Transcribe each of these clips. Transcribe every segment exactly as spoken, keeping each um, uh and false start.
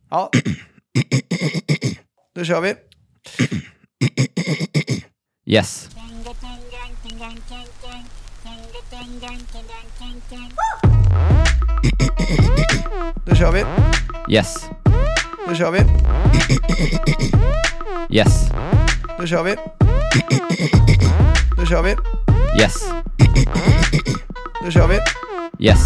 Ja. Då kör vi. Yes. Då kör vi. Yes. Då kör vi. Yes. Då kör vi. Då kör vi. Yes. Då kör vi. Yes.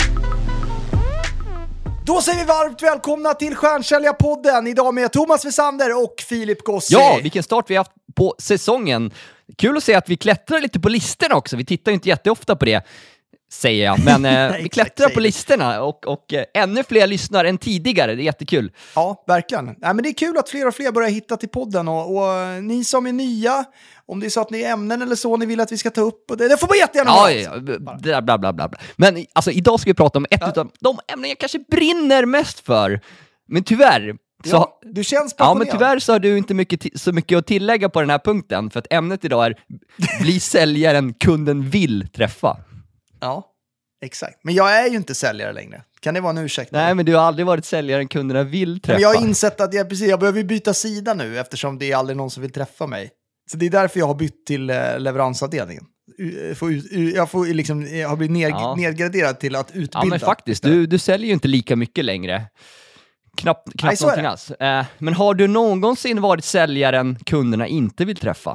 Då säger vi varmt välkomna till Stjärnsäljarpodden. Idag med Thomas Wessander och Filip Gossi. Ja, vilken start vi har haft på säsongen. Kul att se att vi klättrar lite på listorna också. Vi tittar ju inte jätteofta på det, säger jag. Men eh, vi klättrar på listorna och, och eh, ännu fler lyssnar än tidigare. Det är jättekul. Ja, verkligen. Ja, men det är kul att fler och fler börjar hitta till podden. Och, och ni som är nya, om det är så att ni är ämnen eller så ni vill att vi ska ta upp, och det, det får man jättegärna ja, ja, bla, bla, bla, bla, bla. Men alltså, idag ska vi prata om ett ja. av de ämnen jag kanske brinner mest för. Men tyvärr... Så, ja, du känns ja, men tyvärr så har du inte mycket, så mycket att tillägga på den här punkten. För att ämnet idag är bli säljaren kunden vill träffa. Ja, exakt. Men jag är ju inte säljare längre. Kan det vara en ursäkt? Nej, men du har aldrig varit säljaren kunderna vill träffa. Men jag har insett att jag, precis, jag behöver byta sida nu eftersom det är aldrig någon som vill träffa mig. Så det är därför jag har bytt till eh, leveransavdelningen. Jag, får, jag, får liksom, jag har blivit ner, ja. nedgraderad till att utbilda. Ja, men faktiskt. Du, du säljer ju inte lika mycket längre. Knappt, knappt Nej, någonting alls. Eh, men har du någonsin varit säljaren kunderna inte vill träffa?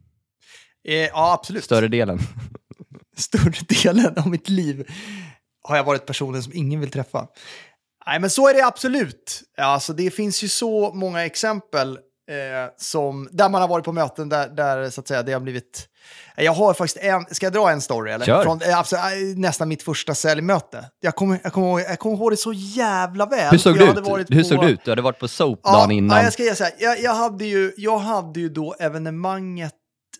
Eh, ja, absolut. Större delen. Större delen av mitt liv har jag varit personen som ingen vill träffa. Nej, men så är det absolut. Alltså, det finns ju så många exempel eh, som, där man har varit på möten där, där så att säga, det har blivit... Jag har faktiskt en... Ska jag dra en story? Eller? Kör. Från, absolut, nästan mitt första säljmöte. Jag kommer, jag, kommer ihåg, jag kommer ihåg det så jävla väl. Hur såg du ut? Hur på, såg du ut? Du hade varit på soap ja, dagen innan. Ja, jag ska säga. Jag, jag, hade ju, jag hade ju då evenemanget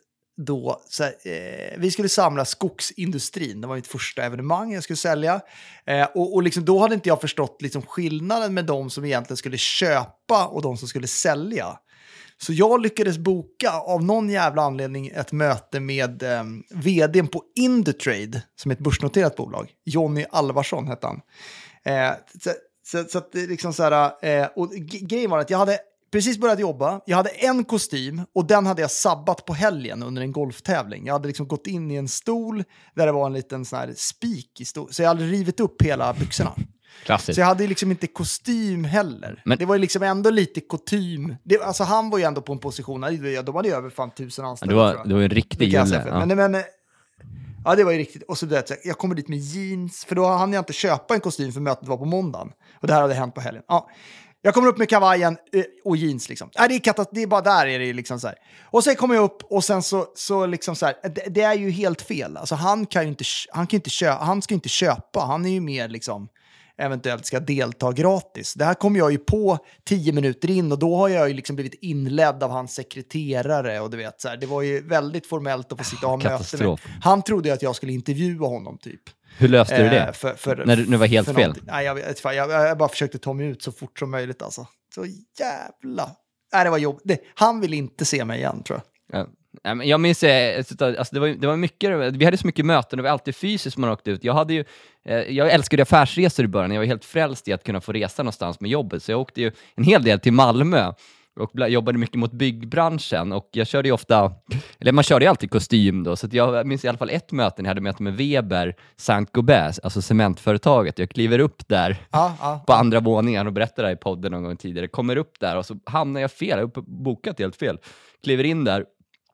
då, så här, eh, vi skulle samla skogsindustrin. Det var mitt första evenemang jag skulle sälja. Eh, och och liksom, då hade inte jag förstått liksom, skillnaden med de som egentligen skulle köpa och de som skulle sälja. Så jag lyckades boka av någon jävla anledning ett möte med eh, vdn på Indutrade, som är ett börsnoterat bolag. Jonny Alvarsson hette han. Eh, så, så, så att det liksom så här, eh, och g- grejen var att jag hade precis börjat jobba. Jag hade en kostym och den hade jag sabbat på helgen under en golftävling. Jag hade liksom gått in i en stol där det var en liten sån här spik i stol. Så jag hade rivit upp hela byxorna. Klassiskt. Så jag hade liksom inte kostym heller. Men det var ju liksom ändå lite kostym. Det, alltså han var ju ändå på en position. De hade ju över fan tusen anställda. Det var, det var en riktig julle. Ja. Men, men, ja, det var ju riktigt. Och så vet jag kommer dit med jeans. För då hann jag inte köpa en kostym för mötet var på måndagen. Och det här hade hänt på helgen. Ja. Jag kommer upp med kavajen och jeans liksom. Nej, det är katat, det är bara där är det liksom så här. Och sen kommer jag upp och sen så så liksom så här, det, det är ju helt fel. Alltså han kan ju inte han kan inte köpa, han ska inte köpa. Han är ju mer liksom eventuellt ska delta gratis. Det här kom jag ju på tio minuter in och då har jag ju liksom blivit inledd av hans sekreterare och du vet så här, det var ju väldigt formellt att få sitta och ha möte med. Han trodde ju att jag skulle intervjua honom typ. Hur löste du det? Eh, för, för, När det var helt fel? Nej, jag, vet, jag, jag, jag bara försökte ta mig ut så fort som möjligt. Alltså. Så jävla... Nej, det var jobb. Det, han vill inte se mig igen, tror jag. Ja. Jag minns, alltså, det, var, det var mycket, vi hade så mycket möten, det var alltid fysiskt man åkte ut. Jag, hade ju, jag älskade affärsresor i början, jag var helt frälst i att kunna få resa någonstans med jobbet. Så jag åkte ju en hel del till Malmö och jobbade mycket mot byggbranschen och jag körde ju ofta, eller man körde ju alltid kostym då, så att jag minns i alla fall ett möte, jag hade möte med Weber Saint-Gobain, alltså cementföretaget. Jag kliver upp där ah, ah, på ah. andra våningen och berättade det i podden någon gång tidigare, kommer upp där och så hamnar jag fel, jag har bokat helt fel, kliver in där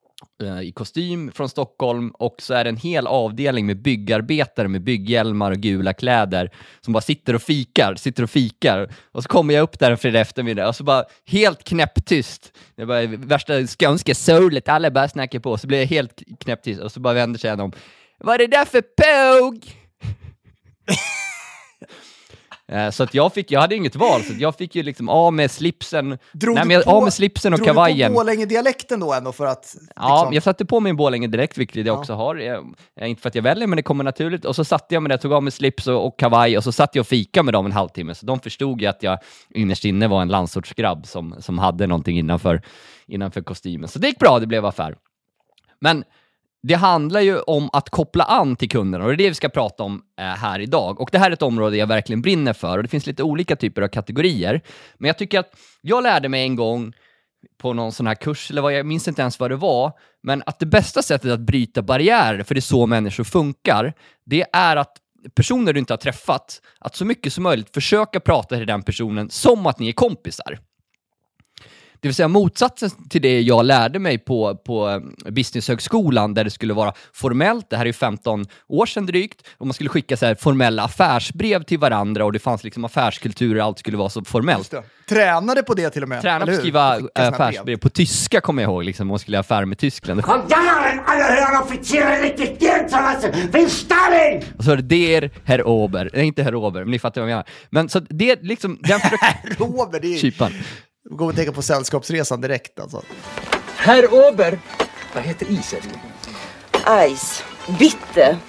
i kostym från Stockholm och så är det en hel avdelning med byggarbetare med bygghjälmar och gula kläder som bara sitter och fikar, sitter och fikar och så kommer jag upp där en fredag eftermiddag och så bara helt knäpptyst. Det var värsta skånska solet, alla bara snackar på, så blir jag helt knäpptyst och så bara vänder sig om. Vad är det där för påg? Så att jag fick, jag hade inget val, så att jag fick ju liksom av med slipsen. Drog nej, men på, av med slipsen och drog kavajen. Drog du på Borlänge-dialekten då ändå för att... Liksom... Ja, jag satte på mig Borlänge direkt, vilket jag ja. också har. Jag, inte för att jag väljer, men det kommer naturligt. Och så satte jag med det, tog av mig slips och, och kavaj och så satt jag och fika med dem en halvtimme. Så de förstod ju att jag innerst inne var en landsortsgrabb som, som hade någonting innanför, innanför kostymen. Så det gick bra, det blev affär. Men det handlar ju om att koppla an till kunderna och det är det vi ska prata om eh, här idag. Och det här är ett område jag verkligen brinner för och det finns lite olika typer av kategorier. Men jag tycker att jag lärde mig en gång på någon sån här kurs, eller vad, jag minns inte ens vad det var, men att det bästa sättet att bryta barriärer, för det är så människor funkar, det är att personer du inte har träffat, att så mycket som möjligt försöka prata till den personen som att ni är kompisar. Det vill säga motsatsen till det jag lärde mig på, på businesshögskolan där det skulle vara formellt, det här är ju femton år sedan drygt, och man skulle skicka så här formella affärsbrev till varandra och det fanns liksom affärskulturer och allt skulle vara så formellt. Tränade på det till och med. Tränade på att skriva affärsbrev på tyska kommer jag ihåg, liksom, man skulle göra affär med Tyskland. Och så är det der Herr Ober, nej inte Herr Ober, men ni fattar vad jag menar. Men så det är liksom den Herr Ober, det är Kypan. Gå och tänka på sällskapsresan direkt alltså. Herr Ober, vad heter isen? Ice. Bitte.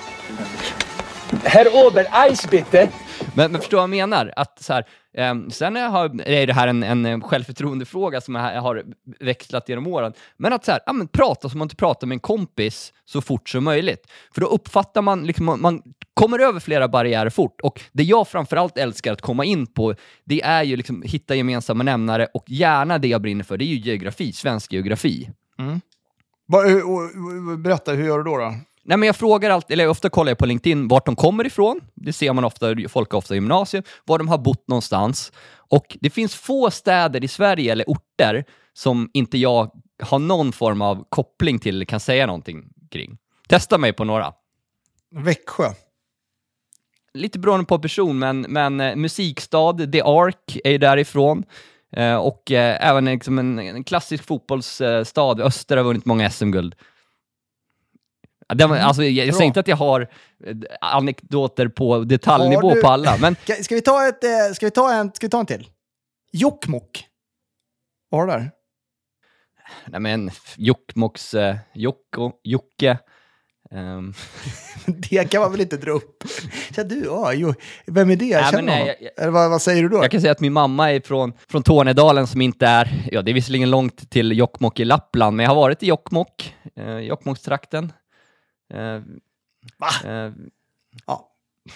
Herr Ober, ice bitte. Men, men förstår vad jag menar? Att så här, eh, sen har, är det här en, en självförtroendefråga som jag har växlat genom åren. Men att så här, ja, men prata som man inte pratar med en kompis så fort som möjligt. För då uppfattar man, liksom, man, man kommer över flera barriärer fort. Och det jag framförallt älskar att komma in på, det är ju liksom hitta gemensamma nämnare. Och gärna det jag brinner för, det är ju geografi, svensk geografi. Mm. Va, berätta, hur gör du då då? Nej, men jag frågar alltid, eller ofta kollar jag på LinkedIn vart de kommer ifrån. Det ser man ofta, folk ofta i gymnasium. Var de har bott någonstans. Och det finns få städer i Sverige eller orter som inte jag har någon form av koppling till eller kan säga någonting kring. Testa mig på några. Växjö. Lite beroende på person, men, men eh, musikstad, The Ark är ju därifrån. Eh, och eh, även liksom en, en klassisk fotbollsstad. Öster har vunnit många S M-guld. Den, alltså, jag, jag säger inte att jag har anekdoter på detaljnivå du... på alla. Men... Ska vi ta ett, ska vi ta en, ska vi ta en till? Jokkmokk. Vad har du där? Nej men, Jokkmokks, uh, Jokko, Jocke. Um... det kan man väl inte dra upp. Så du, ja, jo, vem är det? Jag nej, nej, jag, jag, Eller vad, vad säger du då? Jag kan säga att min mamma är från, från Tornedalen som inte är, ja det är visserligen långt till Jokkmokk i Lappland, men jag har varit i Jokkmokk, uh, Jokkmokkstrakten. Uh, Va? Uh, ja.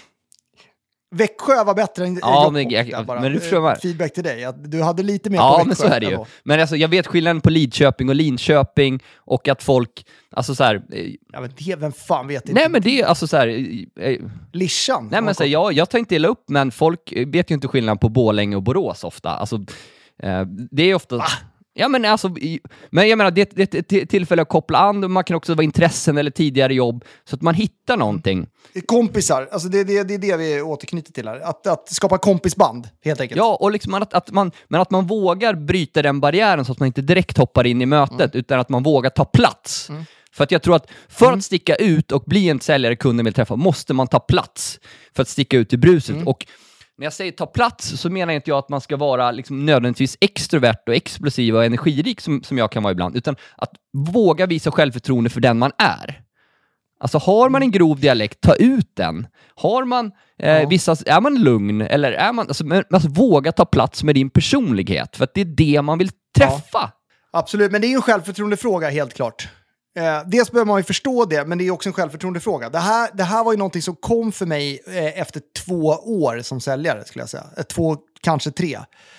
Växjö var bättre än ja, Jokkmokk. Men, jag, jag, bara. men du förstår feedback till dig. Att du hade lite mer ja, på Växjö. Men så är det ju. Men alltså, jag vet skillnaden på Lidköping och Linköping och att folk, alltså så här... Ja, men det, vem fan vet inte. Nej, men det är alltså så här... Eh, Lischan. Nej, men så här, jag, jag tar inte illa upp, men folk vet ju inte skillnaden på Borlänge och Borås ofta. Alltså, eh, det är ofta... Va? Ja, men alltså, men jag menar, det, det är ett tillfälle att koppla an, man kan också vara intressen eller tidigare jobb, så att man hittar någonting. Kompisar, alltså det, det, det är det vi återknyter till här. Att, att skapa kompisband, helt enkelt. Ja, och liksom att, att man, men att man vågar bryta den barriären så att man inte direkt hoppar in i mötet, mm. utan att man vågar ta plats. Mm. För att jag tror att för mm. att sticka ut och bli en säljare kunden vill träffa, måste man ta plats för att sticka ut i bruset. Mm. Och när jag säger ta plats så menar inte jag att man ska vara liksom nödvändigtvis extrovert och explosiv och energirik som, som jag kan vara ibland, utan att våga visa självförtroende för den man är. Alltså har man en grov dialekt, ta ut den. Har man eh, ja. vissa, är man lugn eller är man, alltså, men, alltså våga ta plats med din personlighet, för att det är det man vill träffa. Ja. Absolut, men det är ju en självförtroendefråga helt klart. Eh, dels behöver man ju förstå det, men det är också en självförtroendefråga. Det här, det här var ju någonting som kom för mig eh, efter två år som säljare, skulle jag säga. Eh, två, kanske tre.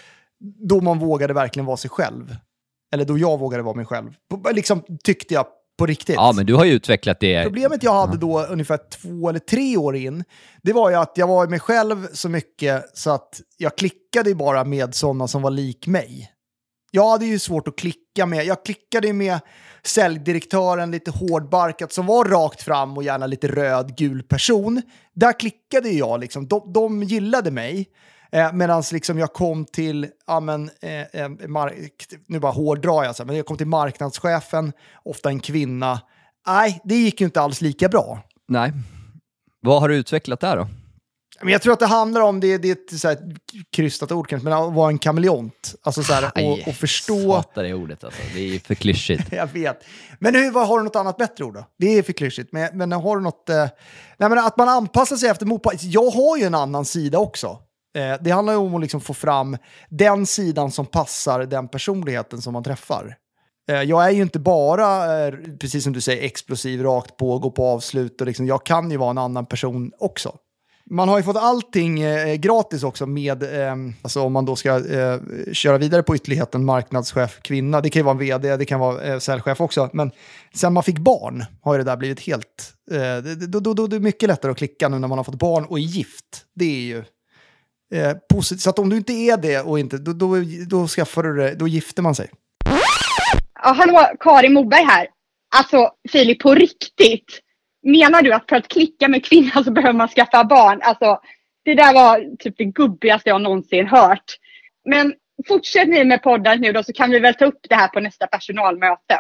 Då man vågade verkligen vara sig själv. Eller då jag vågade vara mig själv. På, liksom tyckte jag på riktigt. Ja, men du har ju utvecklat det. Problemet jag hade då ungefär två eller tre år in, det var ju att jag var mig själv så mycket så att jag klickade bara med sådana som var lik mig. Jag hade ju svårt att klicka med. Jag klickade med säljdirektören, lite hårdbarkat, som var rakt fram och gärna lite röd, gul person. Där klickade jag liksom. De, de gillade mig. Eh, Medan liksom jag kom till, ja men, eh, eh, mark- nu bara hårdrar jag, så, men jag kom till marknadschefen, ofta en kvinna. Nej, det gick ju inte alls lika bra. Nej. Vad har du utvecklat där då? Men jag tror att det handlar om, det, det är ett så här krystat ord kanske, men att vara en kameleont. Alltså så här, och, och förstå... Hatar det ordet alltså, det är ju för klyschigt. Jag vet. Men hur, vad, har du något annat bättre ord då? Det är för klyschigt, men, men har du något... Eh... Nej, men att man anpassar sig efter motpart. Jag har ju en annan sida också. Eh, det handlar ju om att liksom få fram den sidan som passar den personligheten som man träffar. Jag är ju inte bara, precis som du säger, explosiv, rakt på, gå på avslut. Och liksom, jag kan ju vara en annan person också. Man har ju fått allting eh, gratis också med, eh, alltså om man då ska eh, köra vidare på ytterligheten, marknadschef, kvinna. Det kan ju vara en vd, det kan vara eh, säljchef också. Men sen man fick barn har ju det där blivit helt... Eh, då, då, då, då är det mycket lättare att klicka nu när man har fått barn och är gift. Det är ju eh, positivt. Så att om du inte är det och inte, då, då, då skaffar du det, då gifter man sig. Ja, hallå, Karin Moberg här. Alltså, Filip, på riktigt. Menar du att för att klicka med kvinna så behöver man skaffa barn? Alltså, det där var typ det gubbigaste jag någonsin hört. Men fortsätt ni med podden nu då, så kan vi väl ta upp det här på nästa personalmöte.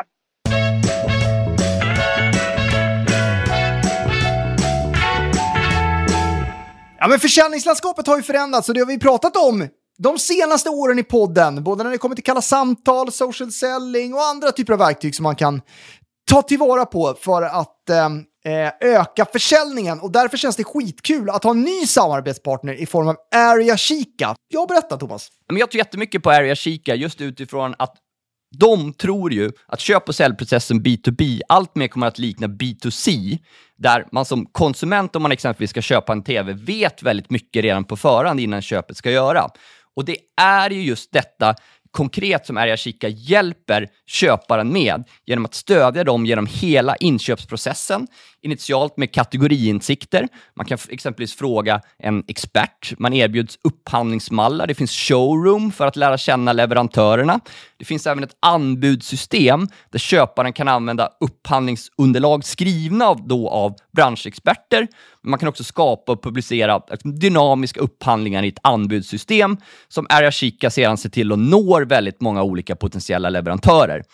Ja, men försäljningslandskapet har ju förändrats och det har vi pratat om de senaste åren i podden. Både när det kommer till kalla samtal, social selling och andra typer av verktyg som man kan ta tillvara på för att eh, öka försäljningen. Och därför känns det skitkul att ha en ny samarbetspartner i form av Area Chica. Jag berättar, Thomas. Men jag tror jättemycket på Area Chica just utifrån att de tror ju att köp- och säljprocessen B to B allt mer kommer att likna B to C. Där man som konsument, om man exempelvis ska köpa en tv, vet väldigt mycket redan på förhand innan köpet ska göra. Och det är ju just detta konkret som Area Chica hjälper köparen med genom att stödja dem genom hela inköpsprocessen. Initialt med kategoriinsikter. Man kan exempelvis fråga en expert. Man erbjuds upphandlingsmallar. Det finns showroom för att lära känna leverantörerna. Det finns även ett anbudssystem där köparen kan använda upphandlingsunderlag skrivna av, då av branschexperter. Man kan också skapa och publicera dynamiska upphandlingar i ett anbudssystem som Area Chica sedan ser till att når väldigt många olika potentiella leverantörer.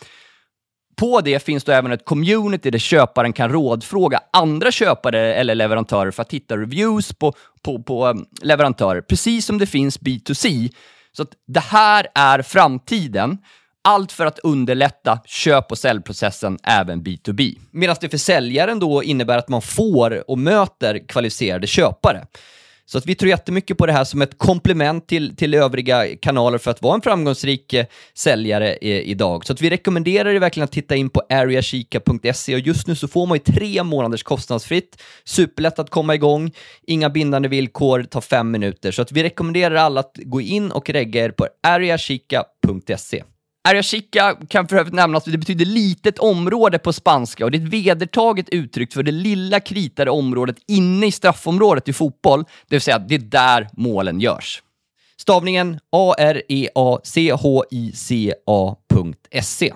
På det finns då även ett community där köparen kan rådfråga andra köpare eller leverantörer för att hitta reviews på, på, på leverantörer. Precis som det finns B to C. Så att det här är framtiden. Allt för att underlätta köp- och säljprocessen även B to B. Medan det för säljaren då innebär att man får och möter kvalificerade köpare. Så att vi tror jättemycket på det här som ett komplement till, till övriga kanaler för att vara en framgångsrik eh, säljare eh, idag. Så att vi rekommenderar er verkligen att titta in på area chica punkt se och just nu så får man ju tre månaders kostnadsfritt. Superlätt att komma igång, inga bindande villkor, tar fem minuter. Så att vi rekommenderar alla att gå in och regga er på area chica punkt se. Area Chica kan för övrigt nämnas att det betyder litet område på spanska och det är ett vedertaget uttryck för det lilla kritade området inne i straffområdet i fotboll, det vill säga att det är där målen görs. Stavningen A R E A C H I C A punkt se.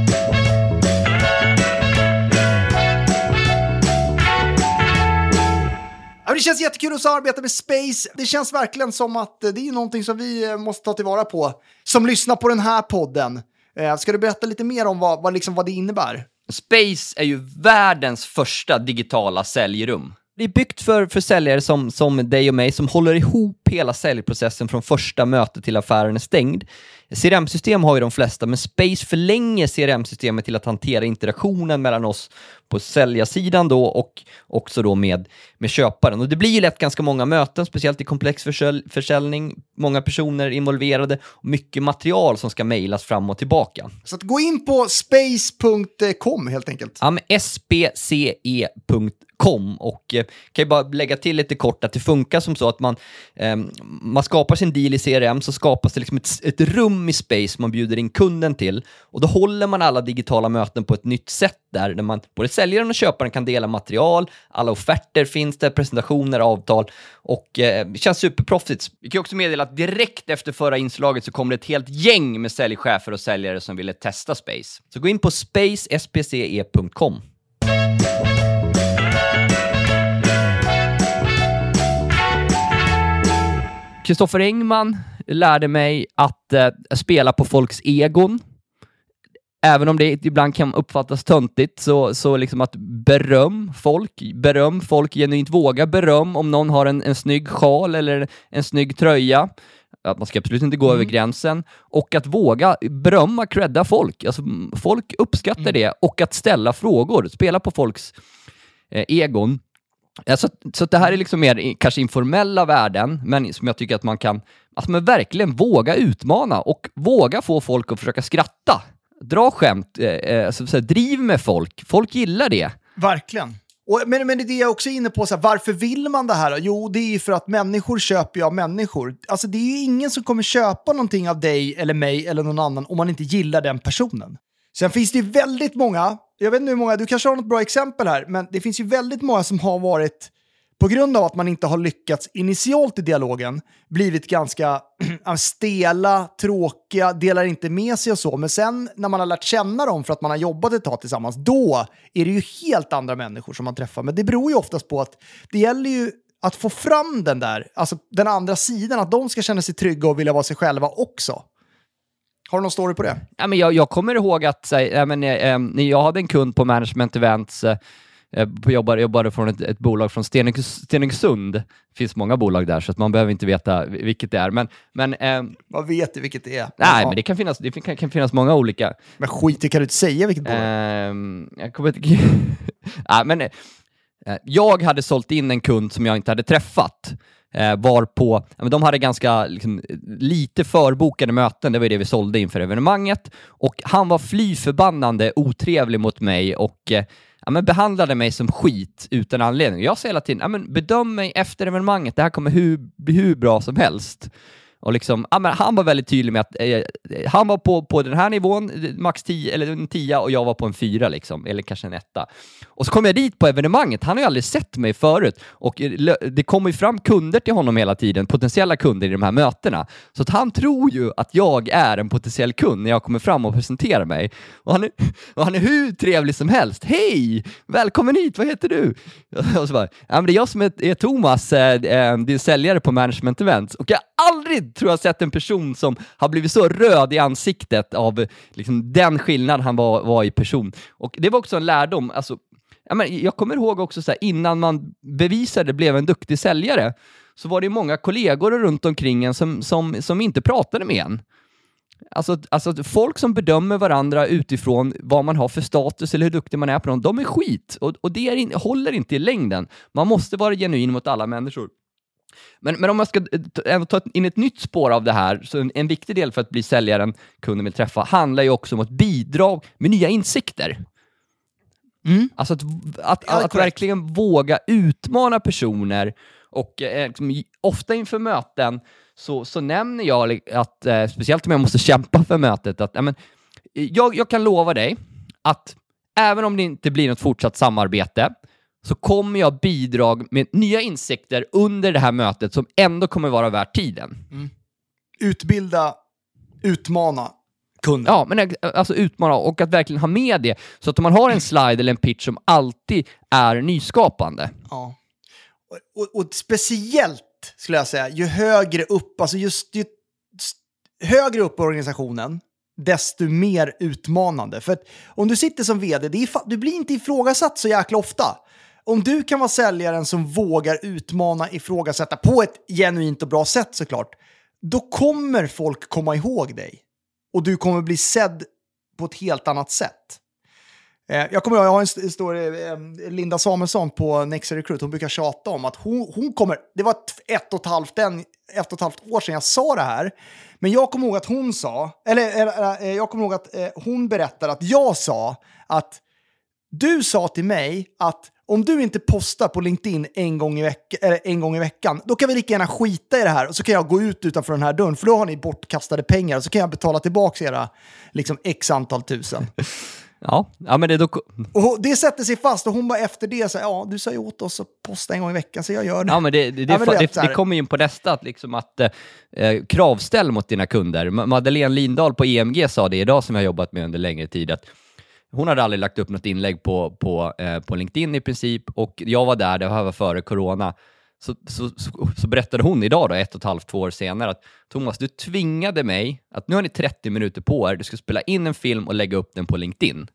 Ja, det känns jättekul att samarbeta med Space. Det känns verkligen som att det är någonting som vi måste ta tillvara på. Som lyssnar på den här podden. Ska du berätta lite mer om vad, vad, liksom, vad det innebär? Space är ju världens första digitala säljrum. Det är byggt för, för säljare som, som dig och mig som håller ihop hela säljprocessen från första mötet till affären är stängd. C R M-system har ju de flesta, men Space förlänger C R M-systemet till att hantera interaktionen mellan oss på säljarsidan då och också då med, med köparen. Och det blir ju lätt ganska många möten, speciellt i komplex försälj- försäljning, många personer involverade och mycket material som ska mejlas fram och tillbaka. Så att gå in på space punkt com helt enkelt. Ja, men S P C E punkt com och eh, kan ju bara lägga till lite kort att det funkar som så att man, eh, man skapar sin deal i C R M, så skapas det liksom ett, ett rum i Space man bjuder in kunden till och då håller man alla digitala möten på ett nytt sätt där, där man, både säljaren och köparen kan dela material, alla offerter finns där, presentationer, avtal och eh, känns superproffsigt. Vi kan också meddela att direkt efter förra inslaget så kommer det ett helt gäng med säljchefer och säljare som ville testa Space. Så gå in på space s p c e punkt com. Kristoffer Engman lärde mig att eh, spela på folks egon. Även om det ibland kan uppfattas töntigt så, så liksom att beröm folk, beröm folk genuint, våga beröm om någon har en, en snygg sjal eller en snygg tröja. Att man ska absolut inte gå mm. över gränsen. Och att våga berömma, credda folk. Alltså, folk uppskattar mm. det. Och att ställa frågor, spela på folks eh, egon. Så, så det här är liksom mer kanske informella värden, men som jag tycker att man kan att man verkligen våga utmana och våga få folk att försöka skratta. dra skämt, eh, alltså, så här, driv med folk. Folk gillar det. Verkligen. Och, men, men det är jag också inne på, så här, varför vill man det här? Jo, det är ju för att människor köper ju av människor. Alltså det är ju ingen som kommer köpa någonting av dig eller mig eller någon annan om man inte gillar den personen. Sen finns det ju väldigt många, jag vet inte hur många, du kanske har något bra exempel här, men det finns ju väldigt många som har varit, på grund av att man inte har lyckats initialt i dialogen, blivit ganska stela, tråkiga, delar inte med sig och så. Men sen när man har lärt känna dem för att man har jobbat ett tag tillsammans, då är det ju helt andra människor som man träffar. Men det beror ju oftast på att det gäller ju att få fram den där, alltså den andra sidan, att de ska känna sig trygga och vilja vara sig själva också. Har du någon story på det? Ja, men jag, jag kommer ihåg att så, äh, men, äh, när jag hade en kund på Management Events, äh, Jag jobbade, jobbade från ett, ett bolag från Stenung, Stenungsund. Det finns många bolag där så att man behöver inte veta vilket det är. Men, men, eh, Vad vet du vilket det är? Nej, ja. men det kan finnas, det kan, kan finnas många olika. Men skit, det kan du inte säga vilket bolag. Eh, jag kommer inte... ja, men, eh, jag hade sålt in en kund som jag inte hade träffat. Eh, var på, ja, men de hade ganska liksom, lite förbokade möten. Det var det vi sålde inför evenemanget. Och han var fly förbannande otrevlig mot mig och... Eh, Ja, men behandlade mig som skit utan anledning. Jag säger hela tiden, ja, men bedöm mig efter evenemanget. Det här kommer hur, bli hur bra som helst. Och liksom, ja, men han var väldigt tydlig med att eh, han var på, på den här nivån, max tio eller en tia, och jag var på en fyra liksom, eller kanske en etta. Och så kom jag dit på evenemanget. Han har ju aldrig sett mig förut. Och det kommer ju fram kunder till honom hela tiden, potentiella kunder i de här mötena. Så att han tror ju att jag är en potentiell kund när jag kommer fram och presenterar mig. Och han är, och han är hur trevlig som helst. Hej! Välkommen hit, vad heter du? Och så bara, ja, men det är jag som är, är Thomas, eh, din säljare på Management Events. Och jag har aldrig, tror jag, sett en person som har blivit så röd i ansiktet av liksom, den skillnad han var, var i person. Och det var också en lärdom. Alltså, ja, men jag kommer ihåg också så här, innan man bevisade blev en duktig säljare, så var det många kollegor runt omkring en som, som, som inte pratade med en. Alltså, alltså folk som bedömer varandra utifrån vad man har för status eller hur duktig man är på någon, de är skit. Och, och det är in, håller inte i längden. Man måste vara genuin mot alla människor. Men, men om man ska ändå ta in ett nytt spår av det här, så en, en viktig del för att bli säljaren kunden vill träffa handlar ju också om att bidra med nya insikter. Mm. Alltså att, att, att, att verkligen våga utmana personer. Och eh, liksom, ofta inför möten så, så nämner jag att, eh, speciellt om jag måste kämpa för mötet, att eh, men, jag, jag kan lova dig att även om det inte blir något fortsatt samarbete, så kommer jag bidra med nya insikter under det här mötet som ändå kommer vara värt tiden. Mm. Utbilda, utmana kunden. Ja, men alltså utmana och att verkligen ha med det. Så att om man har en slide eller en pitch som alltid är nyskapande. Ja. Och, och, och speciellt skulle jag säga, ju högre upp, alltså just ju högre upp i organisationen, desto mer utmanande. För att om du sitter som vd, det är fa- du blir inte ifrågasatt så jäkla ofta. Om du kan vara säljaren som vågar utmana, ifrågasätta på ett genuint och bra sätt såklart, då kommer folk komma ihåg dig. Och du kommer bli sedd på ett helt annat sätt. Eh, jag kommer ihåg, jag har en story, eh, Linda Samuelsson på Nexa Recruit, hon brukar tjata om att hon, hon kommer, det var ett, ett, och ett, halvt, en, ett och ett halvt år sedan jag sa det här. Men jag kommer ihåg att hon sa, eller, eller jag kommer ihåg att eh, hon berättade att jag sa att du sa till mig att om du inte postar på LinkedIn en gång, i veck- eller en gång i veckan, då kan vi lika gärna skita i det här och så kan jag gå ut utanför den här dörren, för då har ni bortkastade pengar och så kan jag betala tillbaka era liksom, x antal tusen. Ja, ja men det då... Och det sätter sig fast och hon bara efter det så ja, du sa ju åt oss att posta en gång i veckan så jag gör det. Ja, men det, det, det, ja, men det, det, det kommer in på nästa att, liksom att eh, kravställ mot dina kunder. Madeleine Lindahl på E M G sa det idag, som jag har jobbat med under längre tid, att hon hade aldrig lagt upp något inlägg på, på, eh, på LinkedIn i princip, och jag var där, det var före corona. Så, så, så, så berättade hon idag då, ett och ett halvt, två år senare, att Thomas, du tvingade mig att nu har ni trettio minuter på er, du ska spela in en film och lägga upp den på LinkedIn.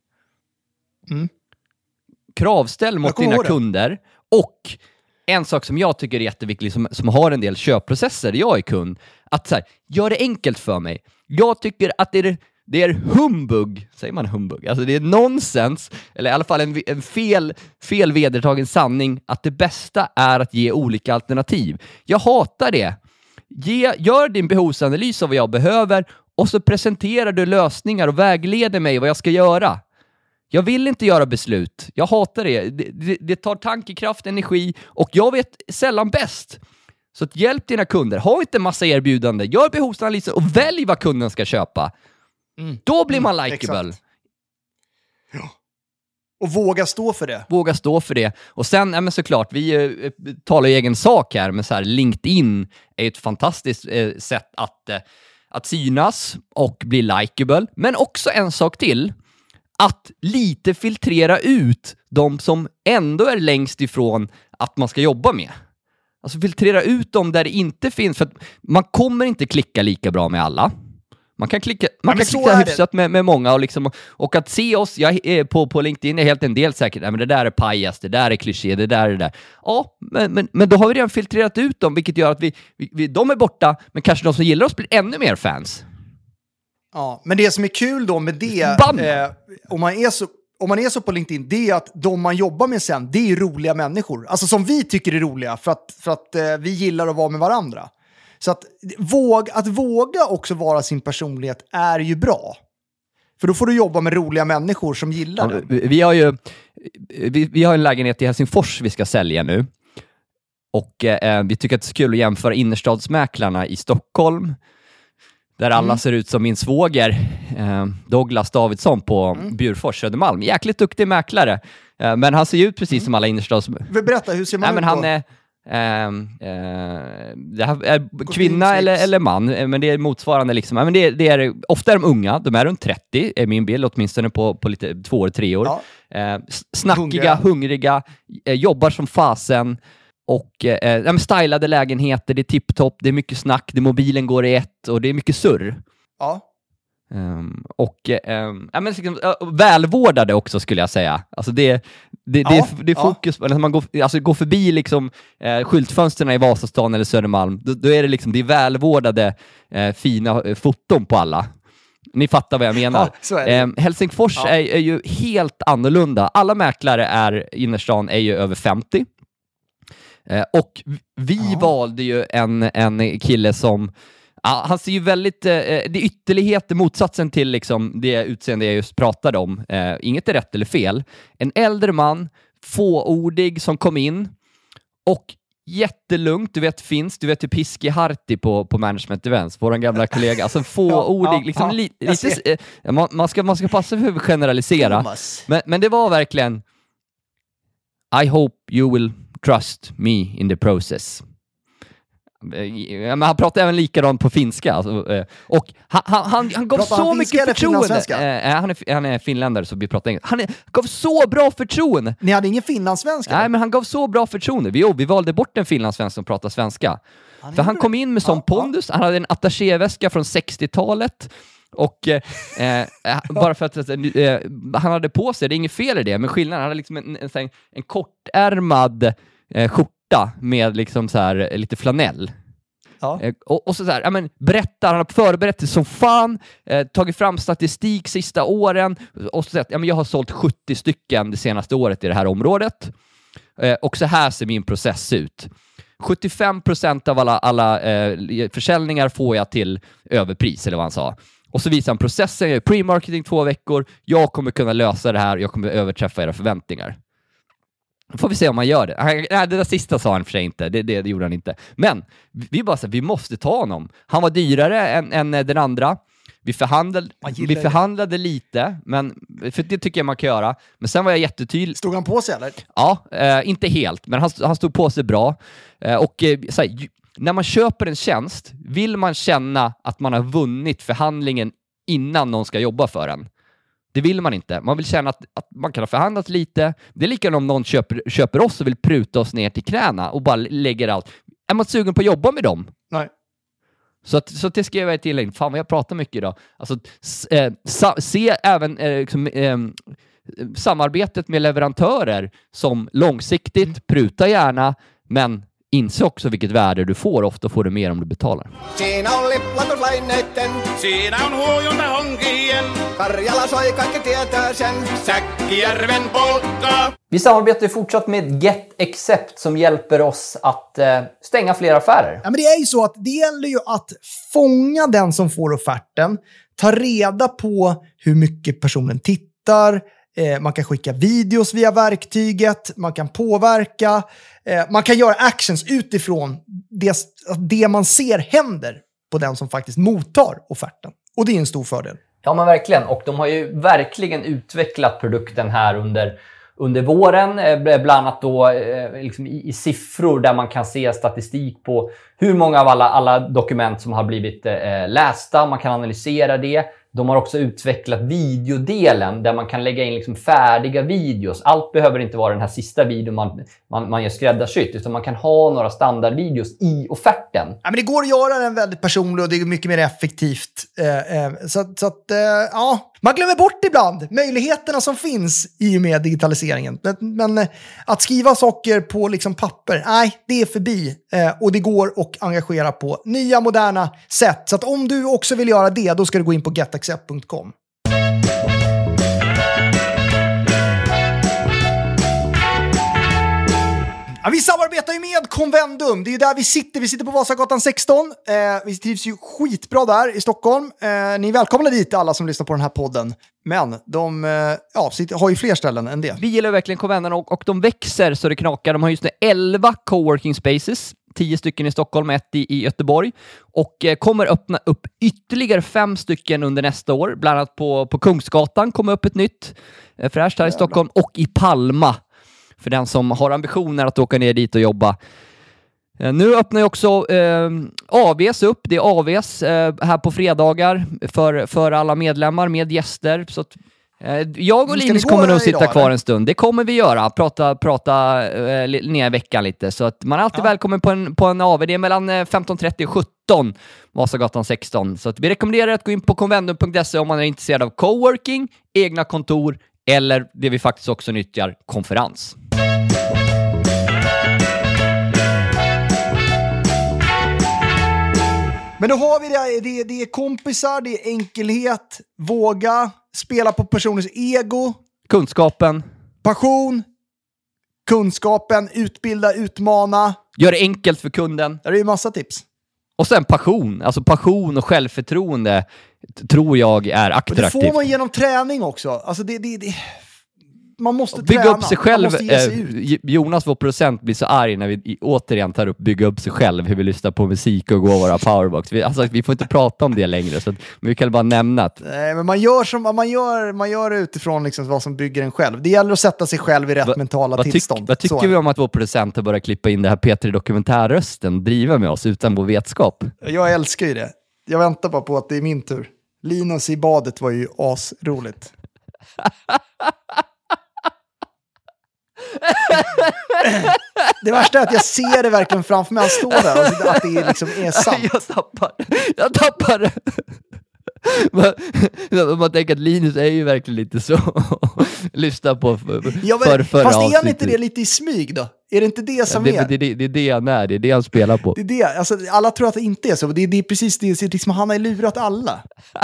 Mm. Kravställ mot dina kunder. Och en sak som jag tycker är jätteviktig, som, som har en del köpprocesser, jag är kund, att så här, gör det enkelt för mig. Jag tycker att det är Det är humbug, säger man humbug? Alltså det är nonsens, eller i alla fall en, en fel, fel vedertagen sanning, att det bästa är att ge olika alternativ. Jag hatar det. Ge, gör din behovsanalys av vad jag behöver och så presenterar du lösningar och vägleder mig vad jag ska göra. Jag vill inte göra beslut. Jag hatar det. Det, det, det tar tankekraft, energi och jag vet sällan bäst. Så att hjälp dina kunder. Ha inte massa erbjudande. Gör behovsanalyser och välj vad kunden ska köpa. Mm. Då blir man likeable. Mm, ja. Och våga stå för det. Våga stå för det. Och sen, ja, men såklart, vi eh, talar ju egen sak här, men så här, LinkedIn är ett fantastiskt eh, sätt att, eh, att synas och bli likeable. Men också en sak till, att lite filtrera ut de som ändå är längst ifrån att man ska jobba med. Alltså filtrera ut dem där det inte finns, för att man kommer inte klicka lika bra med alla. Man kan klicka, man kan klicka hyfsat med, med många och, liksom, och att se oss jag är på, på LinkedIn är helt en del säkert. Nej, men det där är pajas, det där är kliché, det där är det där. Ja, men, men, men då har vi redan filtrerat ut dem, vilket gör att vi, vi, vi, de är borta, men kanske de som gillar oss blir ännu mer fans. Ja, men det som är kul då med det, eh, om, man är så, om man är så på LinkedIn, det är att de man jobbar med sen, det är roliga människor. Alltså som vi tycker är roliga, för att, för att eh, vi gillar att vara med varandra. Så att, våg, att våga också vara sin personlighet är ju bra. För då får du jobba med roliga människor som gillar ja, det. Vi har ju vi, vi har en lägenhet i Helsingfors vi ska sälja nu. Och eh, vi tycker att det är kul att jämföra innerstadsmäklarna i Stockholm. Där alla mm. ser ut som min svåger eh, Douglas Davidsson på mm. Bjurfors, Södermalm. Jäkligt duktig mäklare. Eh, men han ser ju ut precis mm. som alla innerstads... Berätta, hur ser man Nej, ut men han då? är... Uh, uh, det här är kvinna eller, eller man, men det är motsvarande liksom. Men det är, det är, ofta är de unga, de är runt trettio är min bild, åtminstone på, på lite två år, tre år. Ja. Uh, snackiga, hungriga, hungriga uh, jobbar som fasen och uh, uh, stylade lägenheter, det är tipptopp, det är mycket snack, det mobilen går i ett och det är mycket surr. Ja. Um, och um, ja, men, liksom, uh, välvårdade också skulle jag säga. Alltså det, det, ja, det, är, det är fokus ja. när man går, alltså går förbi liksom, uh, skyltfönsterna i Vasastan eller Södermalm, då, då är det liksom det är välvårdade uh, fina uh, foton på alla. Ni fattar vad jag menar. Ja, um, Helsingfors ja. är, är ju helt annorlunda. Alla mäklare är innerstan är ju över femtio. Uh, och vi ja. valde ju en, en kille som ja, han ser ju väldigt, eh, det är ytterlighet, motsatsen till liksom det utseende jag just pratade om. Eh, inget är rätt eller fel. En äldre man, fåordig som kom in och jättelugnt, du vet finns, du vet ju Piski Harti på, på Management Events, vår gamla kollega, alltså fåordig, ja, ja, liksom ja, li, lite, eh, man, man, ska, man ska passa för att generalisera. Men, men det var verkligen I hope you will trust me in the process. Men han pratar även likadant på finska alltså, och han, han, han gav så mycket förtroende eh, han, är, han är finländare så vi pratar engelska. Han är, gav så bra förtroende. Ni hade ingen finlandssvenska? Nej, men han gav så bra förtroende. Vi, jo, vi valde bort en finlandssvensk som pratar svenska. Han för han kom in med sån ja, pondus. Han hade en attachéväska från sextiotalet och eh, bara för att eh, han hade på sig, det är inget fel i det, men skillnaden, han hade liksom en, en, en, en kortärmad eh, skjorta med liksom så här lite flanell. Ja. Eh, och, och så, så här, ja, men berättar, han har förberett det som fan, eh, tagit fram statistik sista åren och så sagt, ja, men jag har sålt sjuttio stycken det senaste året i det här området. Eh, och så här ser min process ut. sjuttiofem procent av alla, alla eh, försäljningar får jag till överpris, eller vad han sa. Och så visar han processen, jag är pre-marketing två veckor, jag kommer kunna lösa det här, jag kommer överträffa era förväntningar. Då får vi se om man gör det. Nej, det där sista sa han för sig inte. Det, det, det gjorde han inte. Men vi bara så vi måste ta honom. Han var dyrare än, än den andra. Vi förhandlade, vi förhandlade lite, men för det tycker jag man kan göra. Men sen var jag jättetydlig. Stod han på sig eller? Ja, eh, inte helt, men han, han stod på sig bra. Eh, och eh, så här, när man köper en tjänst vill man känna att man har vunnit förhandlingen innan någon ska jobba för en. Det vill man inte. Man vill känna att, att man kan ha förhandlat lite. Det är likadant om någon köper, köper oss och vill pruta oss ner till knäna och bara lägger allt. Är man sugen på att jobba med dem? Nej. Så, att, så det skrev jag ett tillägg. Fan vad jag pratar mycket idag. Alltså, eh, sa, se även eh, liksom, eh, samarbetet med leverantörer som långsiktigt. Mm. Pruta gärna, men inse också vilket värde du får. Ofta får du mer om du betalar. Siinä on liplatusläinneitten. Siinä on huojunta honkien. Karjala soi, kaikki tietää sen. Säkkijärven polkka. Vi samarbetar ju fortsatt med GetAccept som hjälper oss att eh, stänga fler affärer. Ja, men det är ju så att det gäller ju att fånga den som får offerten, ta reda på hur mycket personen tittar, eh, man kan skicka videos via verktyget, man kan påverka, eh, man kan göra actions utifrån det, det man ser händer på den som faktiskt mottar offerten. Och det är en stor fördel. Ja, men verkligen. Och de har ju verkligen utvecklat produkten här under, under våren. Bland annat då liksom i, i siffror där man kan se statistik på hur många av alla, alla dokument som har blivit eh, lästa. Man kan analysera det. De har också utvecklat videodelen där man kan lägga in liksom färdiga videos. Allt behöver inte vara den här sista videon man, man, man gör skräddarsytt, utan man kan ha några standardvideos i offerten. Ja, men det går att göra den väldigt personlig och det är mycket mer effektivt. Eh, eh, så så att, eh, ja, man glömmer bort ibland möjligheterna som finns i och med digitaliseringen. Men, men eh, att skriva saker på liksom papper, nej, det är förbi. Eh, och det går att engagera på nya, moderna sätt. Så att om du också vill göra det, då ska du gå in på get accept punkt com. Ja, vi samarbetar ju med Convendum. Det är ju där vi sitter. Vi sitter på Vasagatan sexton. Eh, vi trivs ju skitbra där i Stockholm. Eh, ni är välkomna dit, alla som lyssnar på den här podden. Men de eh, ja, sitter, har ju fler ställen än det. Vi gillar verkligen Convendum och, och de växer så det knakar. De har just nu elva coworking spaces. tio stycken i Stockholm, ett i, i Göteborg. Och eh, kommer öppna upp ytterligare fem stycken under nästa år. Bland annat på, på Kungsgatan kommer upp ett nytt eh, fräscht här i Stockholm. Och i Palma. För den som har ambitioner att åka ner dit och jobba. Eh, nu öppnar ju också eh, A Vs upp. Det är A Vs eh, här på fredagar för, för alla medlemmar med gäster. Så att, eh, jag och Linus kommer nog sitta idag, kvar eller? En stund. Det kommer vi göra. Prata, prata eh, ner i veckan lite. Så att man är alltid ja. välkommen på en, på en A V. Det är mellan femton trettio och sjutton. Vasagatan sexton. Så att vi rekommenderar att gå in på convendum punkt se om man är intresserad av coworking, egna kontor eller det vi faktiskt också nyttjar, konferens. Men då har vi det, det, det är kompisar, det är enkelhet, våga, spela på personens ego. Kunskapen. Passion, kunskapen, utbilda, utmana. Gör det enkelt för kunden. Det är ju massa tips. Och sen passion, alltså passion och självförtroende tror jag är attraktivt. Och det får man genom träning också. Alltså det, det, det, man måste bygga träna. upp sig själv. Man måste ge sig ut. Jonas, vår producent, blir så arg när vi återigen tar upp bygga upp sig själv, hur vi lyssnar på musik och går våra powerbox. Vi, alltså, vi får inte prata om det längre, så att, men vi kan bara nämna att... Nej, men man gör, som, man gör, man gör utifrån liksom vad som bygger en själv. Det gäller att sätta sig själv i rätt va, mentala vad tillstånd. Tyck, vad tycker så vi om att vår producent har börjat klippa in det här P tre Dokumentärrösten och driva med oss utan vår vetskap? Jag älskar ju det. Jag väntar bara på att det är min tur. Linus i badet var ju asroligt. Det värsta är att jag ser det verkligen framför mig. Han står där och att det liksom är sant. Jag tappar. Jag tappar. Man, man tänker att Linus är ju verkligen lite så. Lyssna på för, ja, men, för, för fast är han inte det lite i smyg då? Är det inte det som ja, det, är? Det, det, det är det han är. Det är det han spelar på. Det är det. Alltså, alla tror att det inte är så. Det är, det är precis det. Det liksom, han har lurat alla.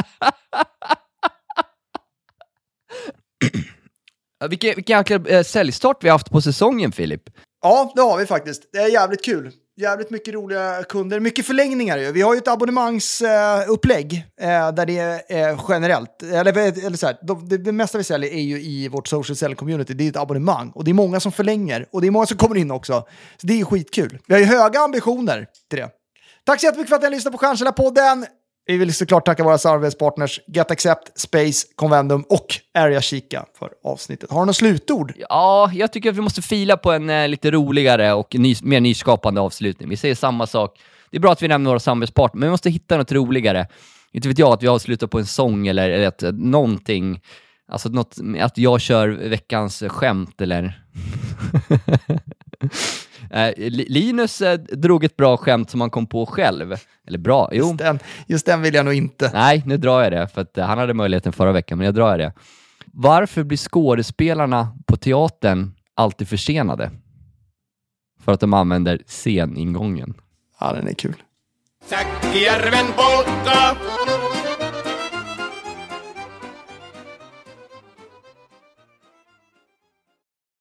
Vilken, vilken jäkla äh, säljstart vi har haft på säsongen, Filip. Ja, det har vi faktiskt. Det är jävligt kul. Jävligt mycket roliga kunder. Mycket förlängningar ju. Vi har ju ett abonnemangsupplägg äh, där det är äh, generellt. Eller, eller så här, det, det mesta vi säljer är ju i vårt social selling community. Det är ett abonnemang. Och det är många som förlänger. Och det är många som kommer in också. Så det är skitkul. Vi har ju höga ambitioner till det. Tack så jättemycket för att ni lyssnade på Stjärnsäljarpodden. Vi vill såklart tacka våra samarbetspartners GetAccept, Space, Convendum och Area Chica för avsnittet. Har du något slutord? Ja, jag tycker att vi måste fila på en eh, lite roligare och ny, mer nyskapande avslutning. Vi säger samma sak. Det är bra att vi nämner våra samarbetspartner, men vi måste hitta något roligare. Inte vet jag att vi avslutar på en sång eller, eller att, någonting. Alltså något, att jag kör veckans skämt eller... Eh, Linus eh, drog ett bra skämt som han kom på själv. Eller bra, jo. Just den, just den vill jag nog inte. Nej, nu drar jag det. För att eh, han hade möjligheten förra veckan, men jag drar det. Varför blir skådespelarna på teatern alltid försenade? För att de använder sceningången. Ja, den är kul. Säkkijärven polka.